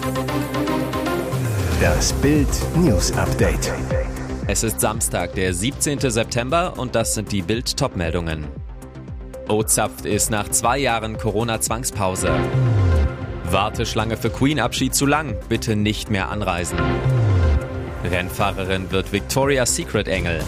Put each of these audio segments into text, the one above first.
Das Bild News Update. Es ist Samstag, der 17. September und das sind die Bild-Top-Meldungen. O-Zapft ist nach 2 Jahren Corona-Zwangspause. Warteschlange für Queen-Abschied zu lang, bitte nicht mehr anreisen. Rennfahrerin wird Victoria's Secret Engel.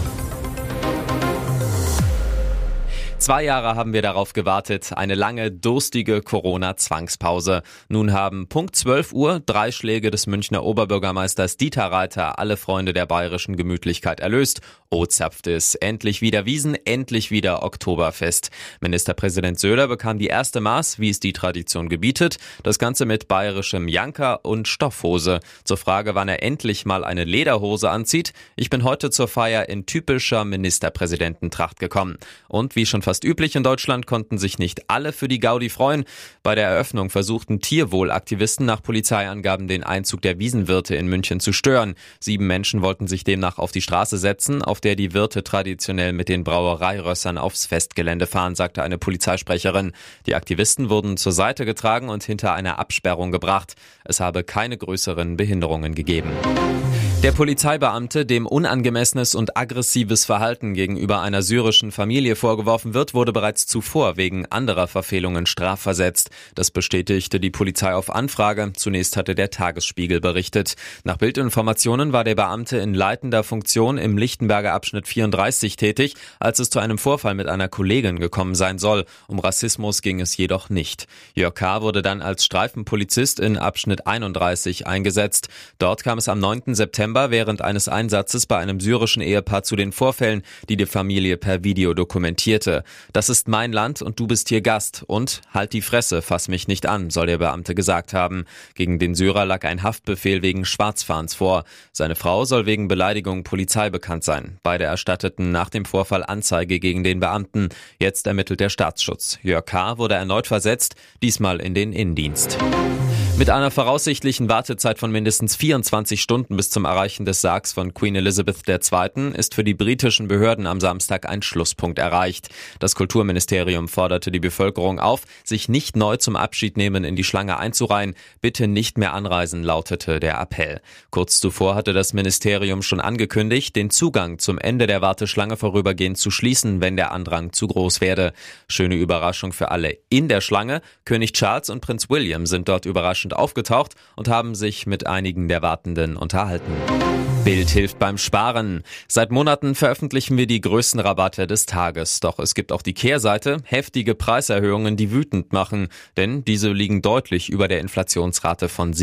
2 Jahre haben wir darauf gewartet, eine lange, durstige Corona-Zwangspause. Nun haben Punkt 12 Uhr 3 Schläge des Münchner Oberbürgermeisters Dieter Reiter alle Freunde der bayerischen Gemütlichkeit erlöst. O-Zapft ist. Endlich wieder Wiesn, endlich wieder Oktoberfest. Ministerpräsident Söder bekam die erste Maß, wie es die Tradition gebietet. Das Ganze mit bayerischem Janker und Stoffhose. Zur Frage, wann er endlich mal eine Lederhose anzieht. Ich bin heute zur Feier in typischer Ministerpräsidententracht gekommen. Und wie schon fast üblich in Deutschland konnten sich nicht alle für die Gaudi freuen. Bei der Eröffnung versuchten Tierwohlaktivisten nach Polizeiangaben den Einzug der Wiesenwirte in München zu stören. 7 Menschen wollten sich demnach auf die Straße setzen, auf der die Wirte traditionell mit den Brauereirössern aufs Festgelände fahren, sagte eine Polizeisprecherin. Die Aktivisten wurden zur Seite getragen und hinter einer Absperrung gebracht. Es habe keine größeren Behinderungen gegeben. Der Polizeibeamte, dem unangemessenes und aggressives Verhalten gegenüber einer syrischen Familie vorgeworfen wird, wurde bereits zuvor wegen anderer Verfehlungen strafversetzt. Das bestätigte die Polizei auf Anfrage. Zunächst hatte der Tagesspiegel berichtet. Nach Bildinformationen war der Beamte in leitender Funktion im Lichtenberger Abschnitt 34 tätig, als es zu einem Vorfall mit einer Kollegin gekommen sein soll. Um Rassismus ging es jedoch nicht. Jörg K. wurde dann als Streifenpolizist in Abschnitt 31 eingesetzt. Dort kam es am 9. September während eines Einsatzes bei einem syrischen Ehepaar zu den Vorfällen, die die Familie per Video dokumentierte. Das ist mein Land und du bist hier Gast und halt die Fresse, fass mich nicht an, soll der Beamte gesagt haben. Gegen den Syrer lag ein Haftbefehl wegen Schwarzfahrens vor. Seine Frau soll wegen Beleidigung Polizei bekannt sein. Beide erstatteten nach dem Vorfall Anzeige gegen den Beamten. Jetzt ermittelt der Staatsschutz. Jörg K. wurde erneut versetzt, diesmal in den Innendienst. Mit einer voraussichtlichen Wartezeit von mindestens 24 Stunden bis zum Erreichen des Sargs von Queen Elizabeth II. Ist für die britischen Behörden am Samstag ein Schlusspunkt erreicht. Das Kulturministerium forderte die Bevölkerung auf, sich nicht neu zum Abschiednehmen in die Schlange einzureihen. Bitte nicht mehr anreisen, lautete der Appell. Kurz zuvor hatte das Ministerium schon angekündigt, den Zugang zum Ende der Warteschlange vorübergehend zu schließen, wenn der Andrang zu groß werde. Schöne Überraschung für alle in der Schlange. König Charles und Prinz William sind dort überraschend aufgetaucht und haben sich mit einigen der Wartenden unterhalten. Bild hilft beim Sparen. Seit Monaten veröffentlichen wir die größten Rabatte des Tages. Doch es gibt auch die Kehrseite, heftige Preiserhöhungen, die wütend machen. Denn diese liegen deutlich über der Inflationsrate von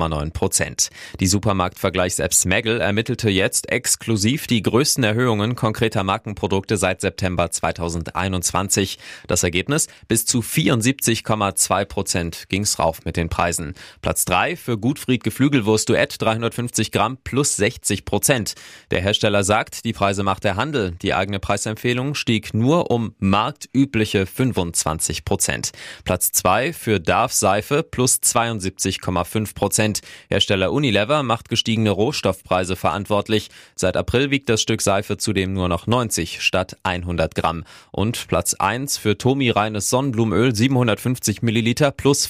7,9%. Die Supermarktvergleichs-App Smaggle ermittelte jetzt exklusiv die größten Erhöhungen konkreter Markenprodukte seit September 2021. Das Ergebnis? Bis zu 74,2% ging's rauf mit den Preisen. Platz 3 für Gutfried Geflügelwurst Duett 350 Gramm plus 60%. Der Hersteller sagt, die Preise macht der Handel. Die eigene Preisempfehlung stieg nur um marktübliche 25%. Platz 2 für Darf Seife plus 72,5%. Hersteller Unilever macht gestiegene Rohstoffpreise verantwortlich. Seit April wiegt das Stück Seife zudem nur noch 90 statt 100 Gramm. Und Platz 1 für Tomi reines Sonnenblumenöl 750 Milliliter plus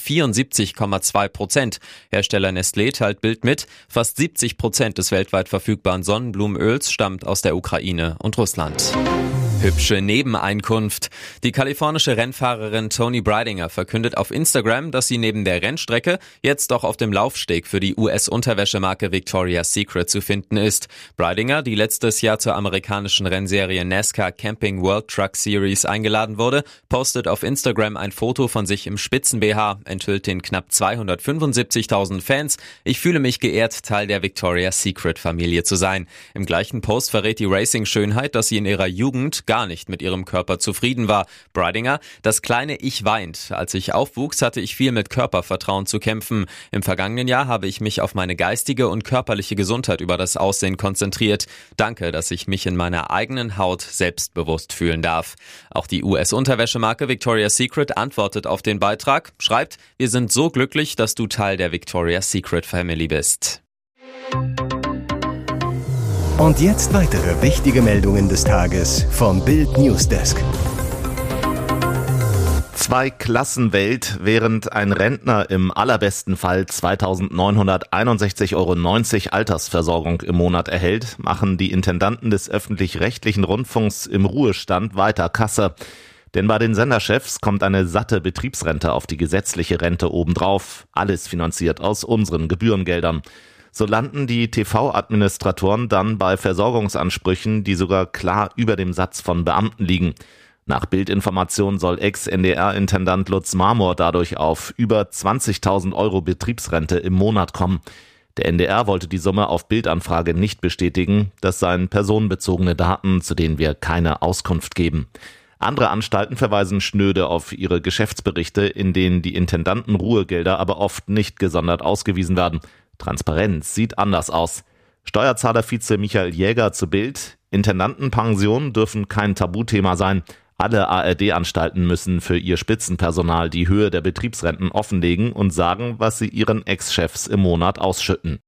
74,2%. Hersteller Nestlé teilt Bild mit, fast 70% des weltweit verfügbaren Sonnenblumenöls stammt aus der Ukraine und Russland. Hübsche Nebeneinkunft. Die kalifornische Rennfahrerin Toni Breidinger verkündet auf Instagram, dass sie neben der Rennstrecke jetzt auch auf dem Laufsteg für die US-Unterwäschemarke Victoria's Secret zu finden ist. Breidinger, die letztes Jahr zur amerikanischen Rennserie NASCAR Camping World Truck Series eingeladen wurde, postet auf Instagram ein Foto von sich im Spitzen-BH, enthüllt den knapp 275.000 Fans. Ich fühle mich geehrt, Teil der Victoria's Secret Familie zu sein. Im gleichen Post verrät die Racing-Schönheit, dass sie in ihrer Jugend gar nicht mit ihrem Körper zufrieden war. Breidinger, das kleine Ich weint. Als ich aufwuchs, hatte ich viel mit Körpervertrauen zu kämpfen. Im vergangenen Jahr habe ich mich auf meine geistige und körperliche Gesundheit über das Aussehen konzentriert. Danke, dass ich mich in meiner eigenen Haut selbstbewusst fühlen darf. Auch die US-Unterwäschemarke Victoria's Secret antwortet auf den Beitrag, schreibt, wir sind so glücklich, dass du Teil der Victoria's Secret Family bist. Und jetzt weitere wichtige Meldungen des Tages vom Bild Newsdesk. Zwei-Klassen-Welt, während ein Rentner im allerbesten Fall 2.961,90 € Altersversorgung im Monat erhält, machen die Intendanten des öffentlich-rechtlichen Rundfunks im Ruhestand weiter Kasse. Denn bei den Senderchefs kommt eine satte Betriebsrente auf die gesetzliche Rente obendrauf, alles finanziert aus unseren Gebührengeldern. So landen die TV-Administratoren dann bei Versorgungsansprüchen, die sogar klar über dem Satz von Beamten liegen. Nach Bildinformation soll Ex-NDR-Intendant Lutz Marmor dadurch auf über 20.000 € Betriebsrente im Monat kommen. Der NDR wollte die Summe auf Bildanfrage nicht bestätigen. Das seien personenbezogene Daten, zu denen wir keine Auskunft geben. Andere Anstalten verweisen schnöde auf ihre Geschäftsberichte, in denen die Intendanten Ruhegelder aber oft nicht gesondert ausgewiesen werden. Transparenz sieht anders aus. Steuerzahler-Vize Michael Jäger zu Bild: Intendantenpensionen dürfen kein Tabuthema sein. Alle ARD-Anstalten müssen für ihr Spitzenpersonal die Höhe der Betriebsrenten offenlegen und sagen, was sie ihren Ex-Chefs im Monat ausschütten.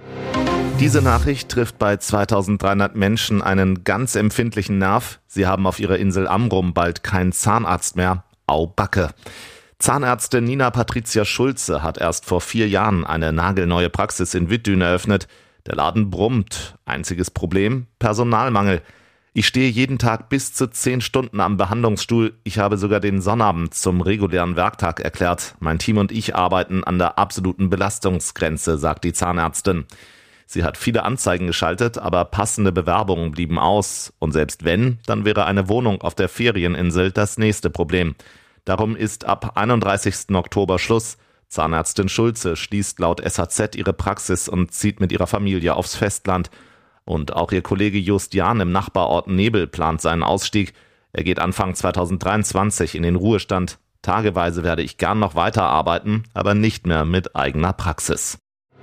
Diese Nachricht trifft bei 2.300 Menschen einen ganz empfindlichen Nerv. Sie haben auf ihrer Insel Amrum bald keinen Zahnarzt mehr. Au Backe. Zahnärztin Nina Patricia Schulze hat erst vor 4 Jahren eine nagelneue Praxis in Wittdün eröffnet. Der Laden brummt. Einziges Problem: Personalmangel. Ich stehe jeden Tag bis zu 10 Stunden am Behandlungsstuhl. Ich habe sogar den Sonnabend zum regulären Werktag erklärt. Mein Team und ich arbeiten an der absoluten Belastungsgrenze, sagt die Zahnärztin. Sie hat viele Anzeigen geschaltet, aber passende Bewerbungen blieben aus. Und selbst wenn, dann wäre eine Wohnung auf der Ferieninsel das nächste Problem. Darum ist ab 31. Oktober Schluss. Zahnärztin Schulze schließt laut SAZ ihre Praxis und zieht mit ihrer Familie aufs Festland. Und auch ihr Kollege Just Jahn im Nachbarort Nebel plant seinen Ausstieg. Er geht Anfang 2023 in den Ruhestand. Tageweise werde ich gern noch weiterarbeiten, aber nicht mehr mit eigener Praxis.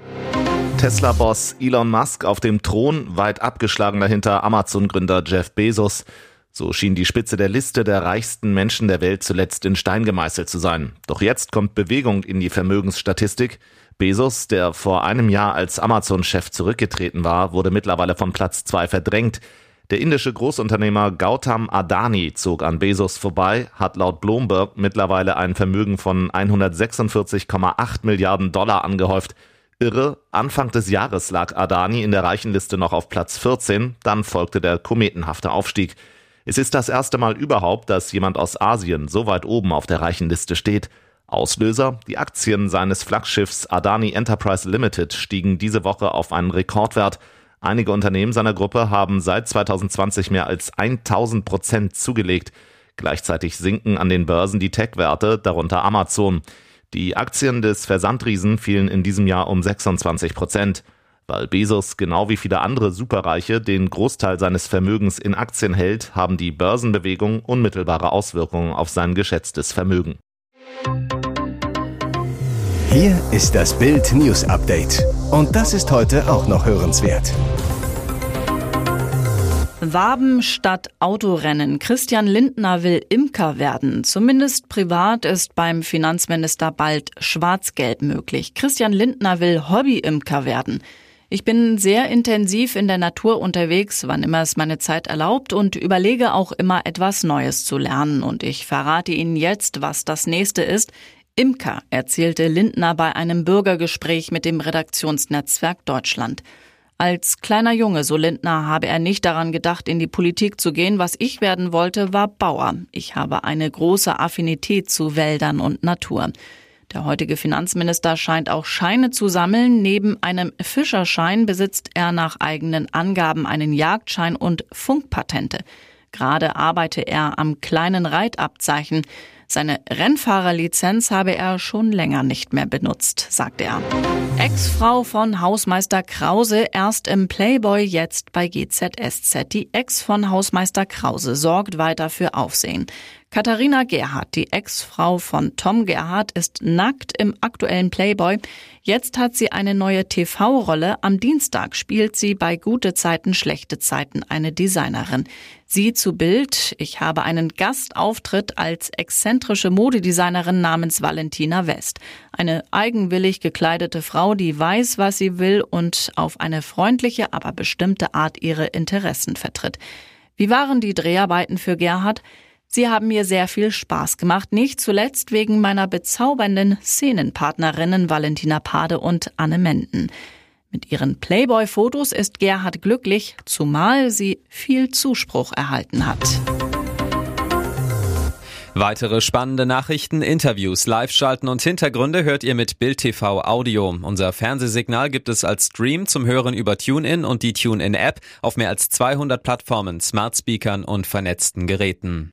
Tesla-Boss Elon Musk auf dem Thron, weit abgeschlagen dahinter Amazon-Gründer Jeff Bezos. So schien die Spitze der Liste der reichsten Menschen der Welt zuletzt in Stein gemeißelt zu sein. Doch jetzt kommt Bewegung in die Vermögensstatistik. Bezos, der vor einem Jahr als Amazon-Chef zurückgetreten war, wurde mittlerweile von Platz 2 verdrängt. Der indische Großunternehmer Gautam Adani zog an Bezos vorbei, hat laut Bloomberg mittlerweile ein Vermögen von 146,8 Milliarden $ angehäuft. Irre, Anfang des Jahres lag Adani in der Reichenliste noch auf Platz 14, dann folgte der kometenhafte Aufstieg. Es ist das erste Mal überhaupt, dass jemand aus Asien so weit oben auf der Reichenliste steht. Auslöser: die Aktien seines Flaggschiffs Adani Enterprise Limited stiegen diese Woche auf einen Rekordwert. Einige Unternehmen seiner Gruppe haben seit 2020 mehr als 1000% zugelegt. Gleichzeitig sinken an den Börsen die Tech-Werte, darunter Amazon. Die Aktien des Versandriesen fielen in diesem Jahr um 26%. Weil Bezos genau wie viele andere Superreiche den Großteil seines Vermögens in Aktien hält, haben die Börsenbewegungen unmittelbare Auswirkungen auf sein geschätztes Vermögen. Hier ist das Bild News Update. Und das ist heute auch noch hörenswert. Waben statt Autorennen. Christian Lindner will Imker werden. Zumindest privat ist beim Finanzminister bald Schwarzgeld möglich. Christian Lindner will Hobby-Imker werden. Ich bin sehr intensiv in der Natur unterwegs, wann immer es meine Zeit erlaubt, und überlege auch immer etwas Neues zu lernen. Und ich verrate Ihnen jetzt, was das nächste ist. Imker, erzählte Lindner bei einem Bürgergespräch mit dem Redaktionsnetzwerk Deutschland. Als kleiner Junge, so Lindner, habe er nicht daran gedacht, in die Politik zu gehen. Was ich werden wollte, war Bauer. Ich habe eine große Affinität zu Wäldern und Natur. Der heutige Finanzminister scheint auch Scheine zu sammeln. Neben einem Fischerschein besitzt er nach eigenen Angaben einen Jagdschein und Funkpatente. Gerade arbeite er am kleinen Reitabzeichen. Seine Rennfahrerlizenz habe er schon länger nicht mehr benutzt, sagt er. Ex-Frau von Hausmeister Krause, erst im Playboy, jetzt bei GZSZ. Die Ex von Hausmeister Krause sorgt weiter für Aufsehen. Katharina Gerhardt, die Ex-Frau von Tom Gerhardt, ist nackt im aktuellen Playboy. Jetzt hat sie eine neue TV-Rolle. Am Dienstag spielt sie bei Gute Zeiten, schlechte Zeiten eine Designerin. Sie zu Bild: Ich habe einen Gastauftritt als exzentrische Modedesignerin namens Valentina West. Eine eigenwillig gekleidete Frau, die weiß, was sie will und auf eine freundliche, aber bestimmte Art ihre Interessen vertritt. Wie waren die Dreharbeiten für Gerhardt? Sie haben mir sehr viel Spaß gemacht, nicht zuletzt wegen meiner bezaubernden Szenenpartnerinnen Valentina Pade und Anne Menden. Mit ihren Playboy-Fotos ist Gerhard glücklich, zumal sie viel Zuspruch erhalten hat. Weitere spannende Nachrichten, Interviews, Live-Schalten und Hintergründe hört ihr mit Bild TV Audio. Unser Fernsehsignal gibt es als Stream zum Hören über TuneIn und die TuneIn-App auf mehr als 200 Plattformen, Smart-Speakern und vernetzten Geräten.